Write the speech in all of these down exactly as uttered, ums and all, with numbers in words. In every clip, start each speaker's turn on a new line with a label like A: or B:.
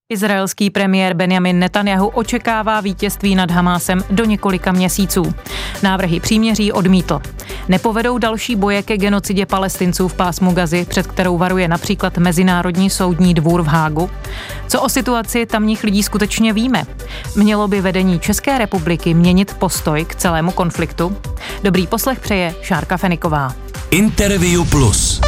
A: Izraelský premiér Benjamin Netanjahu očekává vítězství nad Hamásem do několika měsíců. Návrhy příměří odmítl. Nepovedou další boje ke genocidě Palestinců v pásmu Gazy, před kterou varuje například Mezinárodní soudní dvůr v Hágu? Co o situaci tamních lidí skutečně víme? Mělo by vedení České republiky měnit postoj k celému konfliktu? Dobrý poslech přeje Šárka Feniková.
B: Interview Plus.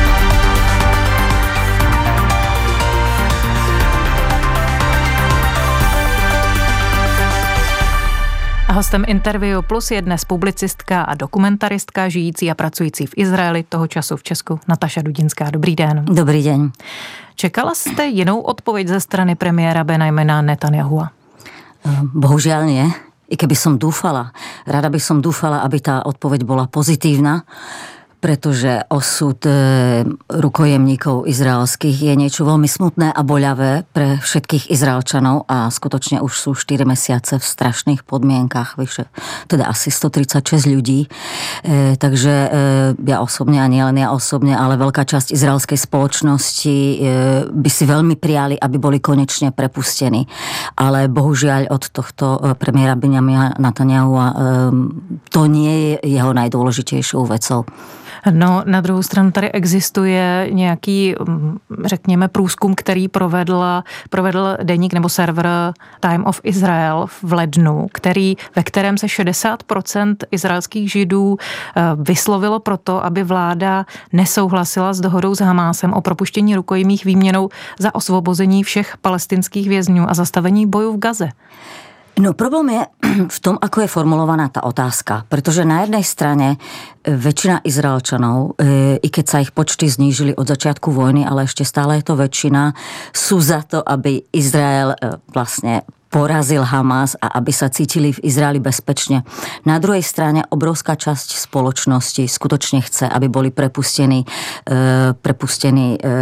A: A hostem Interview Plus je dnes publicistka a dokumentaristka žijící a pracující v Izraeli, toho času v Česku, Nataša Dudinská. Dobrý den.
C: Dobrý den.
A: Čekala jste jinou odpověď ze strany premiéra Benjamina Netanyahua?
C: Bohužiaľ nie. I keby som dúfala, rada by som dúfala, aby tá odpoveď bola pozitívna, pretože osud e, rukojemníkov izraelských je niečo veľmi smutné a boľavé pre všetkých Izraelčanov a skutočne už sú štyri mesiace v strašných podmienkach, vyše, teda asi stotridsaťšesť ľudí. E, takže e, ja osobne, a nielen ja osobne, ale veľká časť izraelskej spoločnosti e, by si veľmi prijali, aby boli konečne prepustení. Ale bohužiaľ od tohto premiéra Benjamina Netanyahua e, to nie je jeho najdôležitejšou vecou.
A: No, na druhou stranu tady existuje nějaký, řekněme, průzkum, který provedl, provedl deník nebo server Time of Israel v lednu, který, ve kterém se šedesát procent izraelských Židů vyslovilo proto, aby vláda nesouhlasila s dohodou s Hamásem o propuštění rukojmích výměnou za osvobození všech palestinských vězňů a zastavení bojů v Gaze.
C: No problém je v tom, ako je formulovaná tá otázka, pretože na jednej strane väčšina Izraelčanov, i keď sa ich počty znížili od začiatku vojny, ale ešte stále je to väčšina, sú za to, aby Izrael vlastne porazil Hamás a aby sa cítili v Izraeli bezpečne. Na druhej strane obrovská časť spoločnosti skutočne chce, aby boli prepustení, e, prepustení e, e,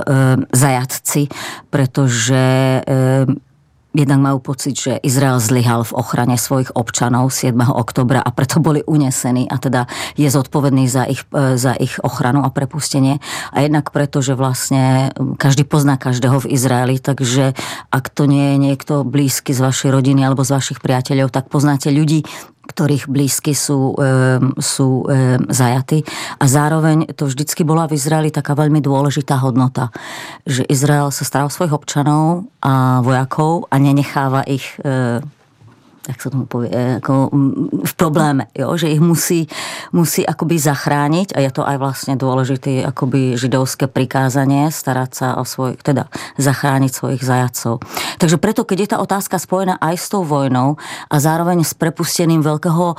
C: zajatci, pretože e, jednak majú pocit, že Izrael zlyhal v ochrane svojich občanov siedmeho októbra a preto boli unesení a teda je zodpovedný za ich, za ich ochranu a prepustenie. A jednak preto, že vlastne každý pozná každého v Izraeli, takže ak to nie je niekto blízky z vašej rodiny alebo z vašich priateľov, tak poznáte ľudí, ktorých blízky sú, e, sú e, zajatí. A zároveň to vždycky bola v Izraeli taká veľmi dôležitá hodnota, že Izrael sa stará o svojich občanov a vojakov a nenecháva ich, e, jak sa tomu povie, ako v probléme, jo? Že ich musí, musí akoby zachrániť a je to aj vlastne dôležité akoby židovské prikázanie starať sa o svoj, teda zachrániť svojich zajatcov. Takže preto, keď je tá otázka spojená aj s tou vojnou a zároveň s prepustením veľkého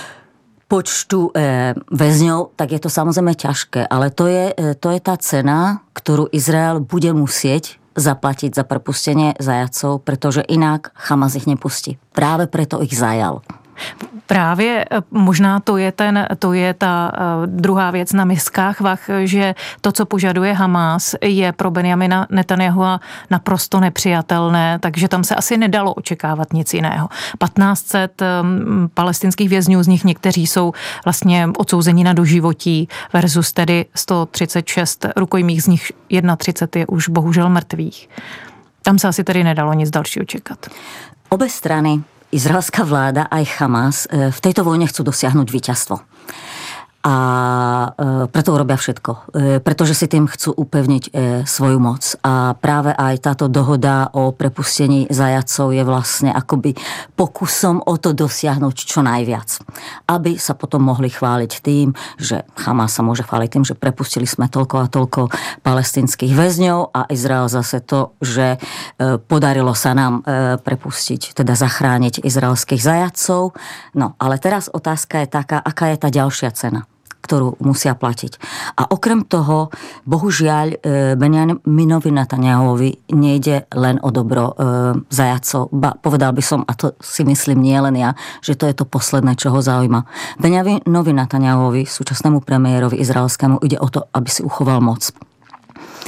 C: počtu e, väzňov, tak je to samozrejme ťažké, ale to je, to je tá cena, ktorú Izrael bude musieť zaplatiť za prepustenie zajatcov, pretože inak Hamas ich nepustí. Práve preto ich zajal.
A: Právě možná to je, ten, to je ta druhá věc na miskách vah, že to, co požaduje Hamás, je pro Benjamina Netanyahua naprosto nepřijatelné, takže tam se asi nedalo očekávat nic jiného. patnáct set palestinských vězňů, z nich někteří jsou vlastně odsouzeni na doživotí versus tedy sto třicet šest rukojmích, z nich třicet jedna je už bohužel mrtvých. Tam se asi tedy nedalo nic dalšího čekat.
C: Obe strany, izraelská vláda aj Hamas, v tejto vojne chcú dosiahnuť víťazstvo. A e, preto urobia všetko. E, pretože si tým chcú upevniť e, svoju moc. A práve aj táto dohoda o prepustení zajatcov je vlastne akoby pokusom o to dosiahnuť čo najviac. Aby sa potom mohli chváliť tým, že Hamas sa môže chváliť tým, že prepustili sme toľko a toľko palestinských väzňov a Izrael zase to, že e, podarilo sa nám e, prepustiť, teda zachrániť izraelských zajatcov. No, ale teraz otázka je taká, aká je tá ďalšia cena, ktorú musia platiť. A okrem toho, bohužiaľ, Benjaminovi Netanyahuovi nejde len o dobro e, zajatcov. Ba, povedal by som, a to si myslím nie len ja, že to je to posledné, čo ho zaujíma. Benjaminovi Netanyahuovi, súčasnému premiérovi izraelskému, ide o to, aby si uchoval moc.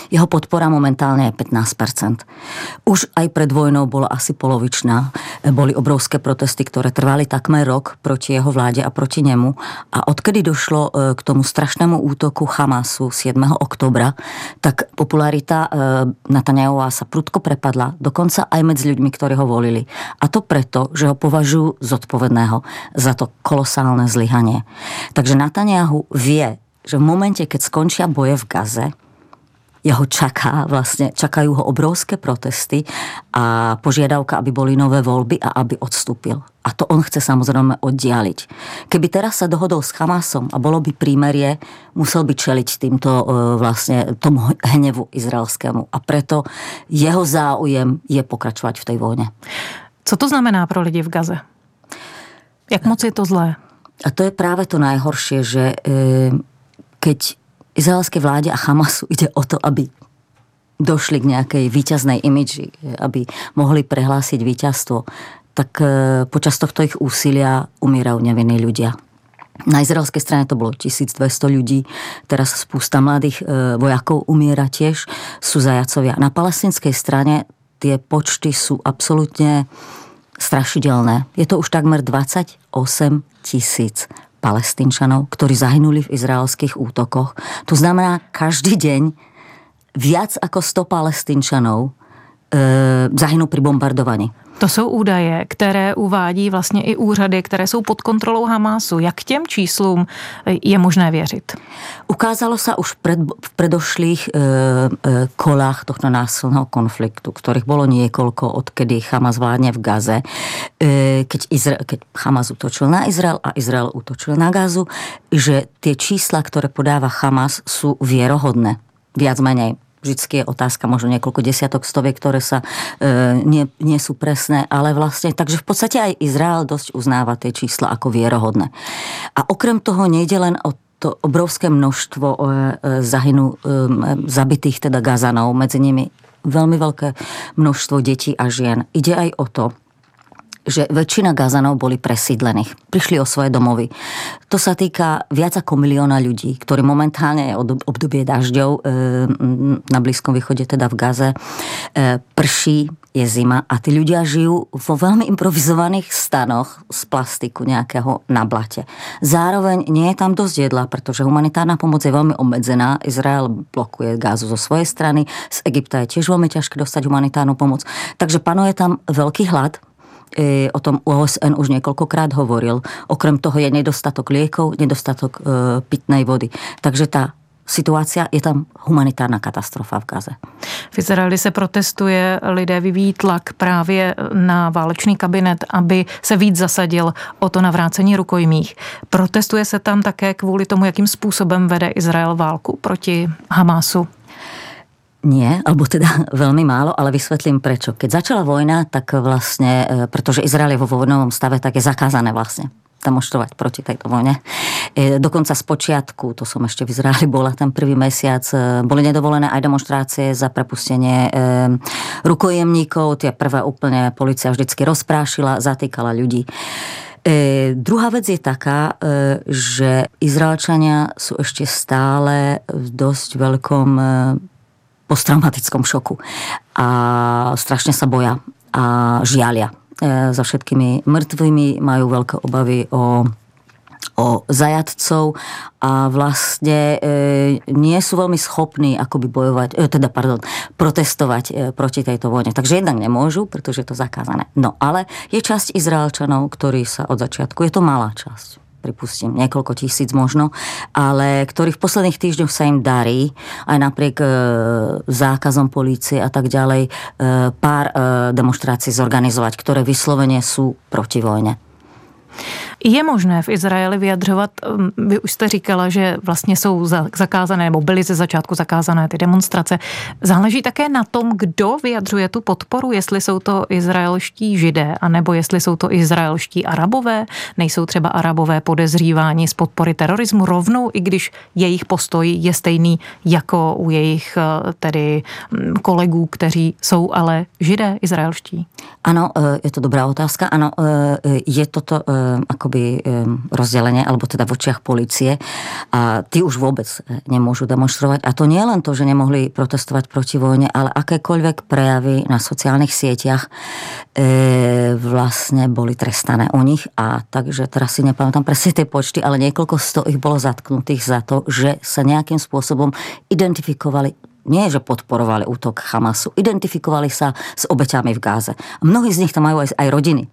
C: Jeho podpora momentálne je pätnásť percent. Už aj pred vojnou bola asi polovičná. Boli obrovské protesty, ktoré trvali takmer rok proti jeho vláde a proti nemu. A odkedy došlo k tomu strašnému útoku Hamasu siedmeho októbra, tak popularita Netanyahua sa prudko prepadla, dokonca aj medzi ľuďmi, ktorí ho volili. A to preto, že ho považujú zodpovedného za to kolosálne zlyhanie. Takže Netanyahu vie, že v momente, keď skončia boje v Gaze, jeho čaká vlastne, čakajú ho obrovské protesty a požiadavka, aby boli nové voľby a aby odstúpil. A to on chce samozrejme oddialiť. Keby teraz sa dohodol s Hamasom a bolo by prímerie, musel by čeliť týmto vlastne tomu hnevu izraelskému. A preto jeho záujem je pokračovať v tej vojne.
A: Co to znamená pro lidi v Gaze? Jak moc je to zlé?
C: A to je práve to najhoršie, že keď izraelskej vláde a Hamasu ide o to, aby došli k nejakej víťaznej imidži, aby mohli prehlásiť víťazstvo, tak počas tohto ich úsilia umierajú nevinní ľudia. Na izraelskej strane to bolo tisícdvesto ľudí, teraz spústa mladých vojakov umiera tiež, sú zajacovia. Na palestinskej strane tie počty sú absolútne strašidelné. Je to už takmer dvadsaťosem tisíc Palestínčanov, ktorí zahynuli v izraelských útokoch. To znamená, každý deň viac ako sto Palestínčanov e, zahynú pri bombardovaní.
A: To jsou údaje, které uvádí vlastně i úřady, které jsou pod kontrolou Hamasu. Jak těm číslům je možné věřit?
C: Ukázalo sa už pred, v predošlých e, e, kolách tohto násilného konfliktu, ktorých bolo niekoľko, odkedy Hamas vládne v Gaze, e, keď, Izra- keď Hamas útočil na Izrael a Izrael útočil na Gazu, že tie čísla, ktoré podáva Hamas, sú vierohodné. Viac menej. Vždycky je otázka, možno niekoľko desiatok, stoviek, ktoré sa e, nie, nie sú presné, ale vlastne, takže v podstate aj Izrael dosť uznáva tie čísla ako vierohodné. A okrem toho nejde len o to obrovské množstvo e, zahynu, e, zabitých teda Gazanov, medzi nimi veľmi veľké množstvo detí a žien. Ide aj o to, že väčšina Gazanov boli presídlených. Prišli o svoje domovy. To sa týka viac ako milióna ľudí, ktorí momentálne je obdobie dažďov na Blízkom východe, teda v Gaze. Prší, je zima a tí ľudia žijú vo veľmi improvizovaných stanoch z plastiku nejakého na blate. Zároveň nie je tam dosť jedla, pretože humanitárna pomoc je veľmi obmedzená. Izrael blokuje Gazu zo svojej strany. Z Egypta je tiež veľmi ťažké dostať humanitárnu pomoc. Takže panuje tam veľký hlad. O tom O S N už niekoľkokrát hovoril. Okrem toho je nedostatok liekov, nedostatok e, pitnej vody. Takže tá situácia, je tam humanitárna katastrofa v Gaze.
A: V Izraeli se protestuje, lidé vyvíjí tlak právě na válečný kabinet, aby se víc zasadil o to navrácení rukojmích. Protestuje se tam také kvůli tomu, jakým způsobem vede Izrael válku proti Hamasu.
C: Nie, alebo teda veľmi málo, ale vysvetlím prečo. Keď začala vojna, tak vlastne, pretože Izrael je vo vojnovom stave, tak je zakázané vlastne demonštrovať proti tejto vojne. Dokonca z počiatku, to som ešte v Izraeli bola ten prvý mesiac, boli nedovolené aj demonštrácie za prepustenie rukojemníkov. Tie prvé úplne polícia vždycky rozprášila, zatýkala ľudí. E, druhá vec je taká, e, že Izraelčania sú ešte stále v dosť veľkom e, posttraumatickom šoku a strašne sa boja a žialia e, za všetkými mŕtvými, majú veľké obavy o, o zajatcov a vlastne e, nie sú veľmi schopní akoby bojovať, e, teda pardon, protestovať e, proti tejto vojne. Takže jednak nemôžu, pretože je to zakázané. No ale je časť Izraelčanov, ktorí sa od začiatku, je to malá časť, pripustím, niekoľko tisíc možno, ale ktorí v posledných týždňoch sa im darí, aj napriek e, zákazom polície a tak ďalej, e, pár e, demonštrácií zorganizovať, ktoré vyslovene sú proti vojne.
A: Je možné v Izraeli vyjadřovat, vy už jste říkala, že vlastně jsou zakázané, nebo byly ze začátku zakázané ty demonstrace. Záleží také na tom, kdo vyjadřuje tu podporu, jestli jsou to izraelští židé, anebo jestli jsou to izraelští arabové, nejsou třeba arabové podezřívání z podpory terorismu rovnou, i když jejich postoj je stejný jako u jejich tedy kolegů, kteří jsou ale židé izraelští.
C: Áno, je to dobrá otázka. Áno, je toto ako akoby rozdelenie, alebo teda v očiach polície a tí už vôbec nemôžu demonstrovať. A to nie len to, že nemohli protestovať proti vojne, ale akékoľvek prejavy na sociálnych sieťach e, vlastne boli trestané u nich a takže teraz si nepamätám presne tie počty, ale niekoľko sto ich bolo zatknutých za to, že sa nejakým spôsobom identifikovali, nie že podporovali útok Hamasu, identifikovali sa s obeťami v Gáze. A mnohí z nich tam majú aj, aj rodiny.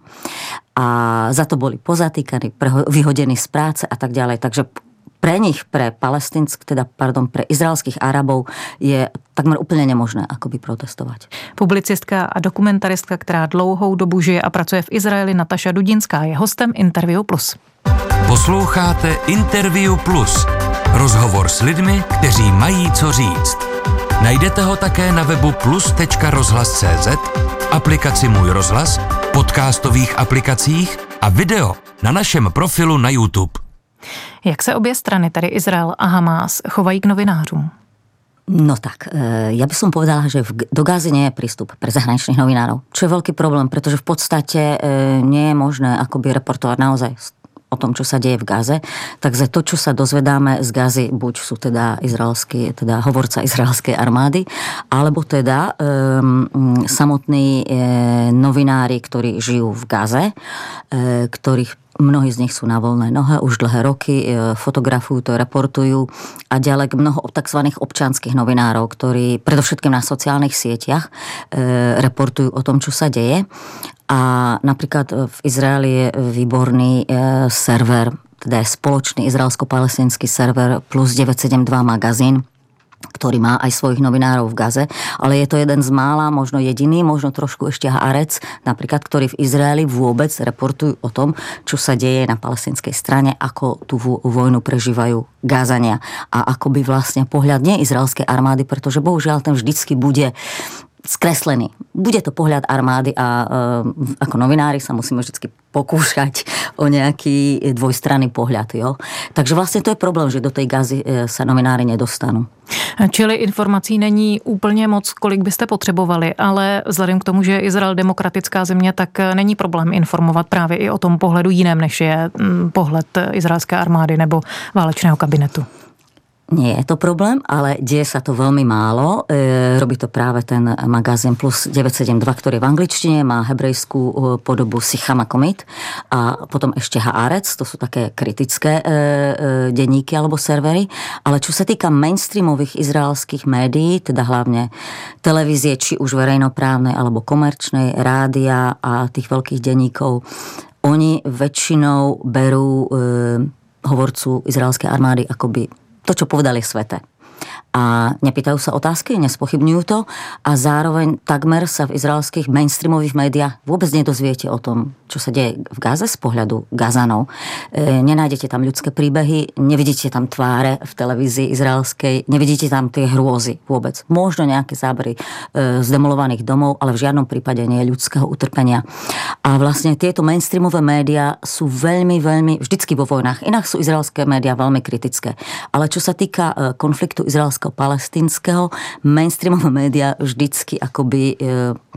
C: A za to boli pozatýkaní, vyhodení z práce a tak ďalej. Takže pre nich, pre palestinsk, teda pardon, pre izraelských Arabov je takmer úplně nemožné akoby protestovat.
A: Publicistka a dokumentaristka, která dlouhou dobu žije a pracuje v Izraeli, Nataša Dudinská, je hostem Interview Plus.
B: Posloucháte Interview Plus. Rozhovor s lidmi, kteří mají co říct. Najdete ho také na webu plus tečka rozhlas tečka cé zet, aplikaci Můj rozhlas, podcastových aplikacích a video na našem profilu na YouTube.
A: Jak se obě strany, tedy Izrael a Hamás, chovají k novinářům?
C: No tak, ja by som povedala, že do Gázy nie je prístup pre zahraničných novinárov, čo je veľký problém, pretože v podstate nie je možné akoby reportovať naozaj o tom, čo sa deje v Gaze. Takže to, čo sa dozvedáme z Gazy, buď sú teda izraelský, teda hovorca izraelskej armády, alebo teda um, samotní e, novinári, ktorí žijú v Gaze, e, ktorých mnohí z nich sú na voľnej nohe už dlhé roky, fotografujú to, reportujú a ďalej mnoho tzv. Občanských novinárov, ktorí predovšetkým na sociálnych sieťach reportujú o tom, čo sa deje. A napríklad v Izraeli je výborný server, teda je spoločný izraelsko-palestinský server plus deväť sedem dva magazín, ktorý má aj svojich novinárov v Gaze, ale je to jeden z mála, možno jediný, možno trošku ešte Haaretz, napríklad, ktorí v Izraeli vôbec reportujú o tom, čo sa deje na palestinskej strane, ako tú vojnu prežívajú Gázania a ako by vlastne pohľad nie izraelskej armády, pretože bohužiaľ ten vždycky bude skreslený. Bude to pohľad armády a e, ako novinári sa musíme vždycky pokúšať o nejaký dvojstranný pohľad. Jo? Takže vlastne to je problém, že do tej Gazy e, sa novinári nedostanú.
A: Čili informací není úplně moc, kolik byste potřebovali, ale vzhledem k tomu, že je Izrael demokratická země, tak není problém informovat právě i o tom pohledu jiném, než je pohled izraelské armády nebo válečného kabinetu.
C: Nie je to problém, ale deje sa to veľmi málo. E, robí to práve ten magazín Plus deväť sedem dva, ktorý je v angličtine, má hebrejskú podobu Sicha Makomit a potom ešte Haaretz, to sú také kritické e, e, denníky alebo servery. Ale čo sa týka mainstreamových izraelských médií, teda hlavne televízie, či už verejnoprávnej alebo komerčnej, rádia a tých veľkých denníkov, oni väčšinou berú e, hovorcu izraelskej armády akoby to, čo povedali svete. A nepýtajú sa otázky, nespochybňujú to a zároveň takmer sa v izraelských mainstreamových médiách vôbec nedozviete o tom, čo sa deje v Gaze z pohľadu Gazanov. E, nenájdete tam ľudské príbehy, nevidíte tam tváre v televízii izraelskej, nevidíte tam tie hrôzy vôbec. Možno nejaké zábery e, z demolovaných domov, ale v žiadnom prípade nie je ľudského utrpenia. A vlastne tieto mainstreamové médiá sú veľmi, veľmi, vždycky vo vojnách, inak sú izraelské médiá veľmi kritické. Ale čo sa týka e, konfliktu izraelsko-palestinského, mainstreamové médiá vždycky akoby e,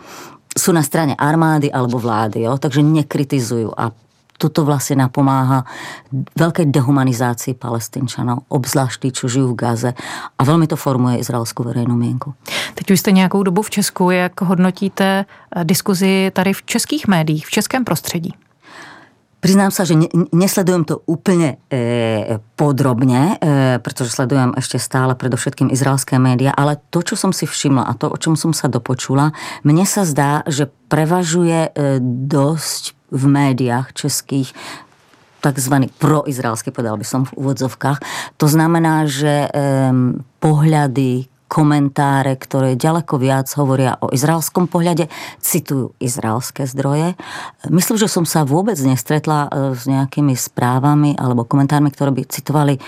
C: sú na strane armády alebo vlády, jo? Takže nekritizujú a toto vlastne napomáha veľkej dehumanizácii Palestinčanov, obzvlášť tí, čo žijú v Gaze a veľmi to formuje izraelskou verejnou mienku.
A: Teď už jste nějakou dobu v Česku, jak hodnotíte diskuzi tady v českých médiích, v českém prostředí?
C: Priznám sa, že ne, nesledujem to úplne e, podrobne, e, pretože sledujem ešte stále predovšetkým izraelské médiá, ale to, čo som si všimla a to, o čom som sa dopočula, mne sa zdá, že prevažuje e, dosť v médiách českých takzvaný proizraelský, povedal by som v úvodzovkách. To znamená, že e, pohľady, komentáre, ktoré ďaleko viac hovoria o izraelskom pohľade, citujú izraelské zdroje. Myslím, že som sa vôbec nestretla s nejakými správami alebo komentármi, ktoré by citovali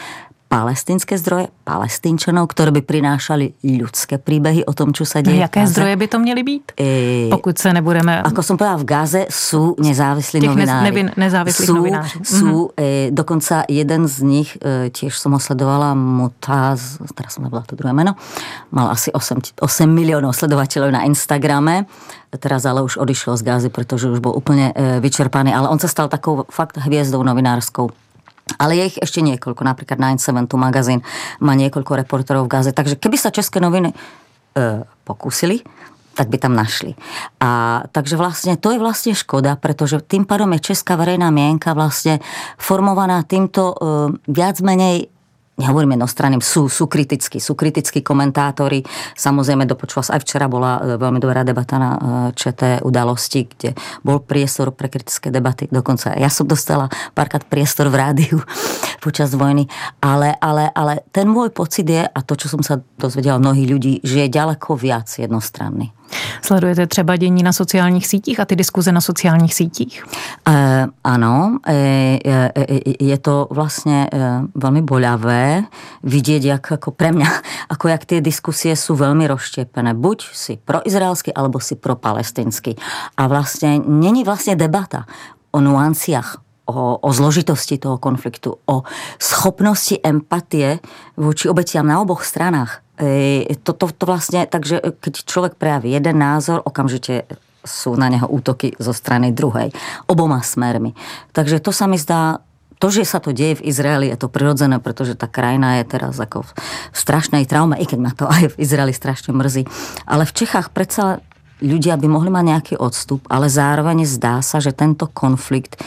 C: palestinské zdroje, palestínčanov, ktoré by prinášali ľudské príbehy o tom, čo sa deje.
A: No, jaké zdroje by to měly být? E, Pokud se nebudeme...
C: Ako som povedala, v Gaze sú nezávislí novinári.
A: Těch nezávislých
C: sú,
A: novinářů.
C: Sú, mm-hmm. e, dokonca jeden z nich, e, tiež som ho sledovala, Mutaz, teraz som nebila to druhé meno, mal asi osem miliónov sledovateľov na Instagrame, teraz ale už odišiel z Gazy, pretože už bol úplne e, vyčerpaný, ale on sa stal takou fakt hviezdou novinárskou. Ale je ich ešte niekoľko, napríklad nine seven two magazín má niekoľko reportérov v Gaze, takže keby sa české noviny e, pokúsili, tak by tam našli. A takže vlastne to je vlastne škoda, pretože tým pádom je česká verejná mienka vlastne formovaná týmto e, viac menej, nehovorím jednostranným, sú, sú kritickí, sú kritickí komentátori. Samozrejme, dopočula sa, aj včera bola veľmi dobrá debata na ČT udalosti, kde bol priestor pre kritické debaty. Dokonca ja som dostala párkrát priestor v rádiu počas vojny. Ale, ale, ale ten môj pocit je, a to, čo som sa dozvedela mnohých ľudí, že je ďaleko viac jednostranný.
A: Sledujete třeba dění na sociálních sítích a ty diskuze na sociálních sítích?
C: E, ano, e, e, je to vlastne e, veľmi boľavé vidieť, jak, ako pre mňa, ako jak tie diskusie sú veľmi rozštiepené. Buď si proizraelsky, alebo si propalestinsky. A vlastne není vlastne debata o nuanciách, O, o zložitosti toho konfliktu, o schopnosti empatie voči obetiam na oboch stranách. E, to, to, to vlastne, takže keď človek prejaví jeden názor, okamžite sú na neho útoky zo strany druhej. Oboma smermi. Takže to sa mi zdá, to, že sa to deje v Izraeli, je to prirodzené, pretože tá krajina je teraz ako v strašnej traume, i keď ma to aj v Izraeli strašne mrzí. Ale v Čechách predsa ľudia by mohli mať nejaký odstup, ale zároveň zdá sa, že tento konflikt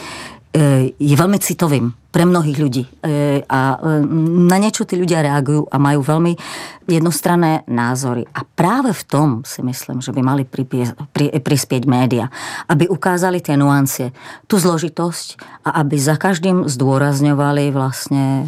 C: je veľmi citovým pre mnohých ľudí. A na niečo tí ľudia reagujú a majú veľmi jednostranné názory. A práve v tom si myslím, že by mali pripie, pri, prispieť média, aby ukázali tie nuancie, tú zložitosť a aby za každým zdôrazňovali vlastne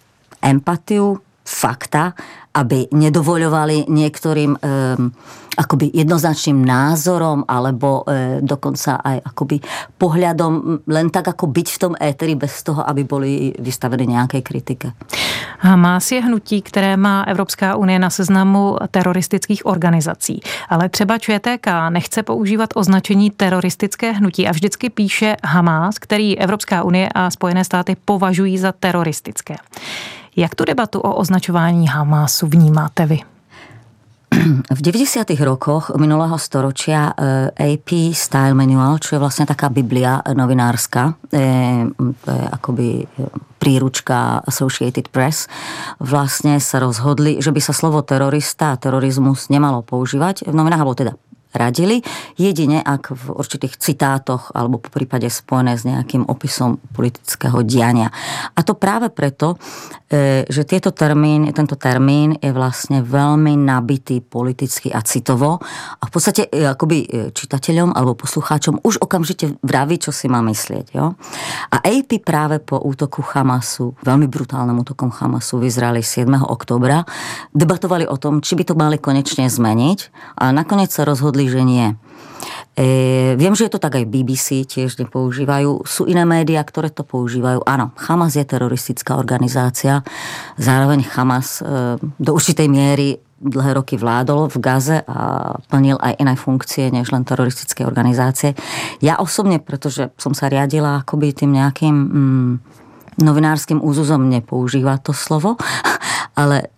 C: empatiu, fakta, aby nedovoľovali niektorým um, akoby jednoznačným názorom alebo e, dokonca aj akoby pohľadom len tak ako byť v tom éteri bez toho, aby boli vystavení nejakej kritike.
A: Hamas je hnutí, které má Evropská unie na seznamu teroristických organizací. Ale třeba ČTK nechce používat označení teroristické hnutí a vždycky píše Hamas, který Evropská unie a Spojené státy považují za teroristické. Jak tu debatu o označování Hamasu vnímáte vy?
C: V deväťdesiatych rokoch minulého storočia á pé Style Manual, čo je vlastne taká biblia novinárska, to je akoby príručka Associated Press, vlastne sa rozhodli, že by sa slovo terorista a terorizmus nemalo používať v novinách, alebo teda radili, jedine ak v určitých citátoch alebo po prípade spojené s nejakým opisom politického diania. A to práve preto, že tieto termín, tento termín je vlastne veľmi nabitý politicky a citovo a v podstate akoby čitateľom alebo poslucháčom už okamžite vraví, čo si má myslieť. Jo? A á pé práve po útoku Hamasu, veľmi brutálnym útokom Hamasu v Izraeli siedmeho októbra, debatovali o tom, či by to mali konečne zmeniť a nakoniec sa rozhodli, že nie. E, viem, že je to tak aj bé bé cé, tiež nepoužívajú. Sú iné médiá, ktoré to používajú. Áno, Hamas je teroristická organizácia. Zároveň Hamas e, do určitej miery dlhé roky vládol v Gaze a plnil aj iné funkcie, než len teroristické organizácie. Ja osobne, pretože som sa riadila akoby tým nejakým mm, novinárskym úzuzom, nepoužíva to slovo, ale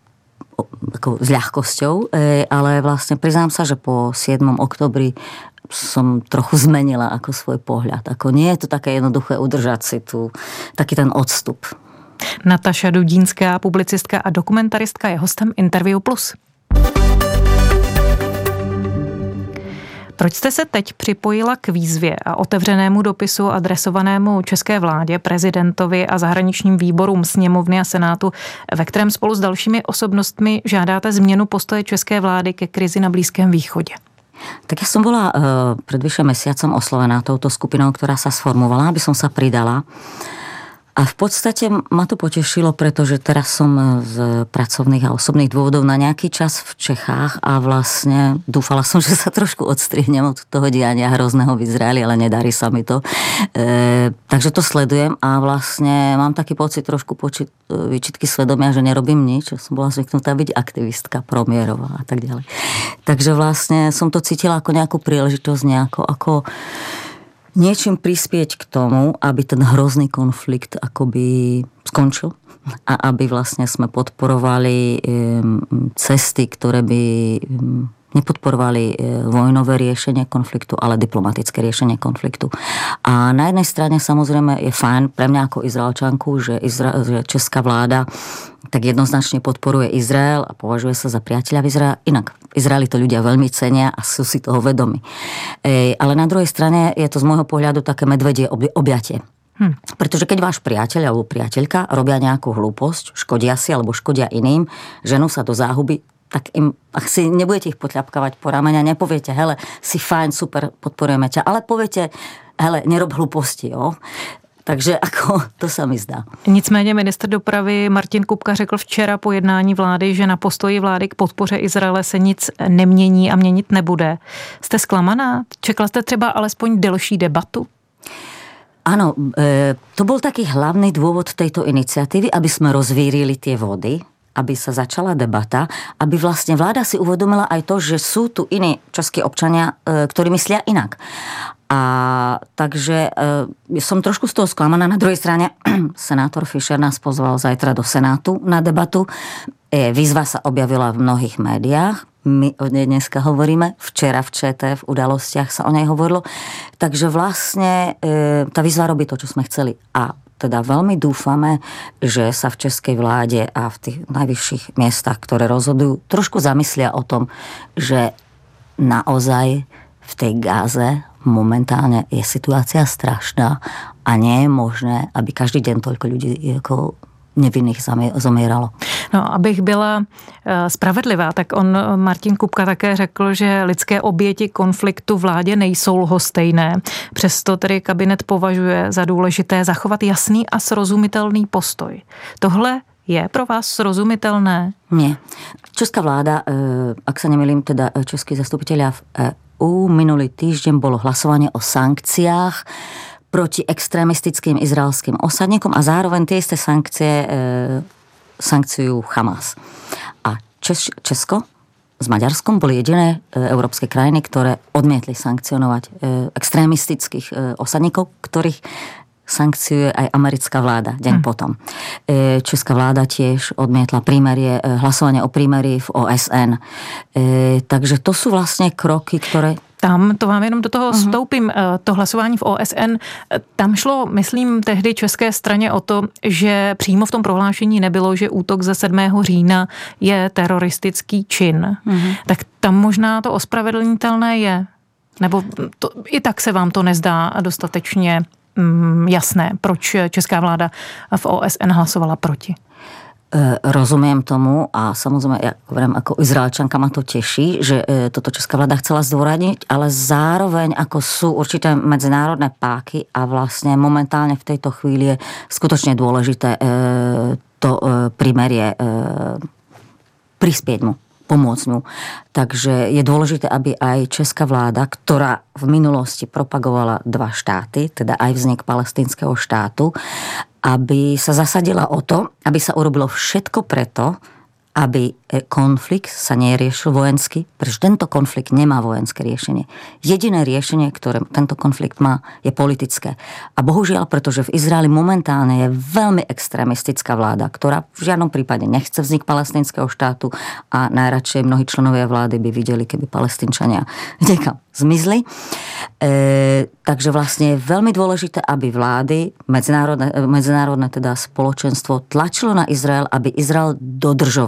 C: ako s ľahkosťou, ale vlastne priznám sa, že po siedmom októbri som trochu zmenila ako svoj pohľad. Ako nie je to také jednoduché udržať si tu taký ten odstup.
A: Nataša Dudínská, publicistka a dokumentaristka, je hostem Interview Plus. Proč jste se teď připojila k výzvě a otevřenému dopisu adresovanému české vládě, prezidentovi a zahraničním výborům sněmovny a senátu, ve kterém spolu s dalšími osobnostmi žádáte změnu postoje české vlády ke krizi na Blízkém východě?
C: Tak ja som bola uh, pred vyše mesiacom oslovená touto skupinou, ktorá sa sformovala, aby som sa pridala. A v podstate ma to potešilo, pretože teraz som z pracovných a osobných dôvodov na nejaký čas v Čechách a vlastne dúfala som, že sa trošku odstrihnem od toho diania hrozného v Izraeli, ale nedarí sa mi to. E, takže to sledujem a vlastne mám taký pocit trošku počít, výčitky svedomia, že nerobím nič. Som bola zvyknutá byť aktivistka, promierová a tak ďalej. Takže vlastne som to cítila ako nejakú príležitosť, nejako ako niečím prispieť k tomu, aby ten hrozný konflikt akoby skončil a aby vlastne sme podporovali cesty, ktoré by nepodporovali vojnové riešenie konfliktu, ale diplomatické riešenie konfliktu. A na jednej strane samozrejme je fajn pre mňa ako Izraelčanku, že, Izra- že česká vláda tak jednoznačne podporuje Izrael a považuje sa za priateľa v Izraeli. Inak v Izraeli to ľudia veľmi cenia a sú si toho vedomi. Ej, ale na druhej strane je to z môjho pohľadu také medvedie ob- objatie. Hm. Pretože keď váš priateľ alebo priateľka robia nejakú hlúposť, škodia si alebo škodia iným, ženú sa do záhuby, tak im, ak si nebudete ich potľapkávať po ramene, nepoviete, hele, si fajn, super, podporujeme ťa, ale poviete, hele, nerob hlúposti, jo. Takže ako to sa mi zdá.
A: Nicméně ministr dopravy Martin Kupka řekl včera po jednání vlády, že na postoji vlády k podpoře Izraele se nic nemění a měnit nebude. Jste zklamaná? Čekala jste třeba alespoň delší debatu?
C: Áno, e, to bol taký hlavný dôvod tejto iniciatívy, aby sme rozvírili tie vody, aby sa začala debata, aby vlastne vláda si uvedomila aj to, že sú tu iní českí občania, e, ktorí myslia inak. A takže e, som trošku z toho sklamaná. Na druhej strane senátor Fischer nás pozval zajtra do Senátu na debatu. E, výzva sa objavila v mnohých médiách. My o nej dneska hovoríme. Včera v ČT, v udalostiach sa o nej hovorilo. Takže vlastne e, tá výzva robí to, čo sme chceli. A teda veľmi dúfame, že sa v českej vláde a v tých najvyšších miestach, ktoré rozhodujú, trošku zamyslia o tom, že naozaj v tej Gáze momentálne je situácia strašná a nie je možné, aby každý deň toľko ľudí ako nevinných zomíralo.
A: No, abych byla spravedlivá, tak on, Martin Kupka, také řekl, že lidské oběti konfliktu vládě nejsou lhostejné. Přesto tedy kabinet považuje za důležité zachovat jasný a srozumitelný postoj. Tohle je pro vás srozumitelné?
C: Nie. Česká vláda, ak sa nemýlim, teda českí zastupitelia v é ú, minulý týždeň bolo hlasovanie o sankciách proti extrémistickým izraelským osadníkom a zároveň tie isté sankcie e, sankciujú Hamas. A Čes, Česko s Maďarskom boli jediné e, európske krajiny, ktoré odmietli sankcionovať e, extrémistických e, osadníkov, ktorých sankciuje aj americká vláda deň hmm. potom. E, česká vláda tiež odmietla prímerie, e, hlasovanie o prímerii v ó es en. E, takže to sú vlastne kroky, ktoré...
A: Tam, to vám jenom do toho uh-huh. stoupím, to hlasování v ó es en, tam šlo, myslím, tehdy české straně o to, že přímo v tom prohlášení nebylo, že útok ze sedmého října je teroristický čin. Uh-huh. Tak tam možná to ospravedlnitelné je. Nebo to, i tak se vám to nezdá dostatečně mm, jasné, proč česká vláda v ó es en hlasovala proti.
C: Rozumiem tomu a samozrejme, ja hovorím, ako Izraelčanka ma to teší, že toto česká vláda chcela zdôrazniť, ale zároveň ako sú určité medzinárodné páky a vlastne momentálne v tejto chvíli je skutočne dôležité to primerie prispieť mu, pomôcť mu. Takže je dôležité, aby aj česká vláda, ktorá v minulosti propagovala dva štáty, teda aj vznik palestínskeho štátu, aby sa zasadila o to, aby sa urobilo všetko preto, aby konflikt sa neriešil vojensky, pretože tento konflikt nemá vojenské riešenie. Jediné riešenie, ktoré tento konflikt má, je politické. A bohužiaľ, pretože v Izraeli momentálne je veľmi extrémistická vláda, ktorá v žiadnom prípade nechce vznik palestínskeho štátu a najradšej mnohí členovia vlády by videli, keby Palestínčania niekam zmizli. E, takže vlastne je veľmi dôležité, aby vlády, medzinárodné, medzinárodné teda spoločenstvo tlačilo na Izrael, aby Izrael dodržoval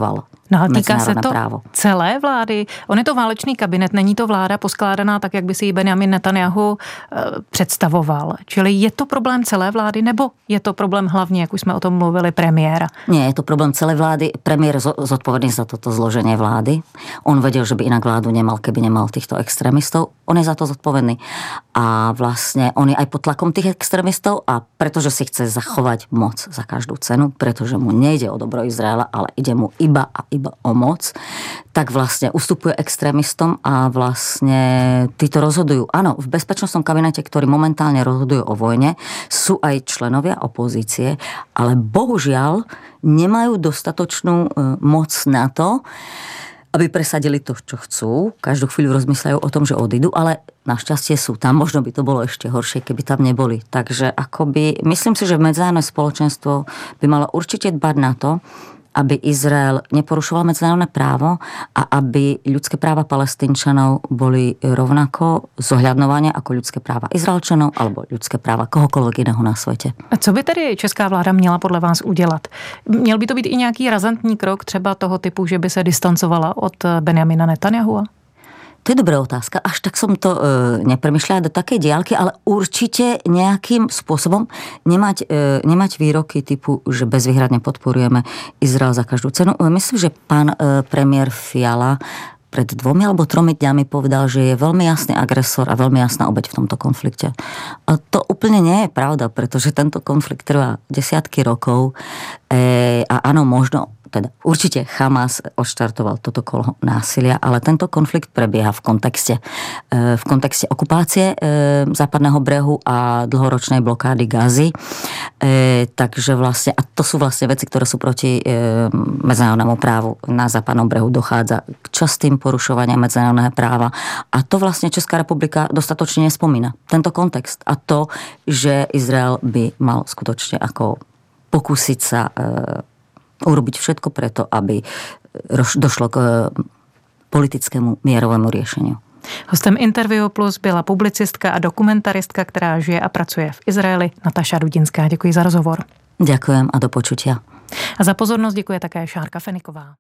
A: No, ale týká se to
C: právo.
A: celé vlády. On je to válečný kabinet, není to vláda poskládaná tak, jak by si ji Benjamin Netanjahu e, představoval. Čili je to problém celé vlády, nebo je to problém hlavně, jak už jsme o tom mluvili, premiéra?
C: Nie, je to problém celé vlády. Premiér zodpovedný za toto zloženie vlády. On vedel, že by inak vládu nemal, keby nemal týchto extrémistov. On je za to zodpovedný. A vlastne on je aj pod tlakom tých extrémistov a pretože si chce zachovať moc za každú cenu, pretože mu nejde o dobro Izraela, ale ide mu iba a iba o moc, tak vlastne ustupuje extrémistom a vlastne títo rozhodujú. Áno, v bezpečnostnom kabinete, ktorý momentálne rozhodujú o vojne, sú aj členovia opozície, ale bohužiaľ nemajú dostatočnú moc na to, aby presadili to, čo chcú. Každú chvíľu rozmýšľajú o tom, že odídu, ale našťastie sú tam. Možno by to bolo ešte horšie, keby tam neboli. Takže akoby, myslím si, že medzinárodné spoločenstvo by malo určite dbať na to, aby Izrael neporušoval medzinárodné právo a aby ľudské práva Palestínčanov boli rovnako zohľadňované ako ľudské práva Izraelčanov alebo ľudské práva kohokoľvek iného na svete.
A: A co by tedy česká vláda měla podle vás udělat? Měl by to být i nějaký razantní krok třeba toho typu, že by se distancovala od Benjamina Netanjahua?
C: To je dobrá otázka. Až tak som to e, nepremýšľala do takej diaľky, ale určite nejakým spôsobom nemať, e, nemať výroky typu, že bezvýhradne podporujeme Izrael za každú cenu. Myslím, že pán e, premiér Fiala pred dvomi alebo tromi dňami povedal, že je veľmi jasný agresor a veľmi jasná obeť v tomto konflikte. A to úplne nie je pravda, pretože tento konflikt trvá desiatky rokov e, a áno, možno teda určite Hamas odštartoval toto kolo násilia, ale tento konflikt prebieha v kontexte, v kontexte okupácie západného brehu a dlhoročnej blokády Gazy. Takže vlastne, a to sú vlastne veci, ktoré sú proti medzinárodnému právu. Na západnom brehu dochádza k častým porušovaniam medzinárodného práva a to vlastne Česká republika dostatočne nespomína. Tento kontext a to, že Izrael by mal skutočne ako pokúsiť sa urobiť všetko preto, aby došlo k politickému mierovému riešeniu.
A: Hostem Interview Plus byla publicistka a dokumentaristka, která žije a pracuje v Izraeli, Nataša Dudinská. Děkuji za rozhovor.
C: Ďakujem a do počutia.
A: A za pozornost děkuje také Šárka Feniková.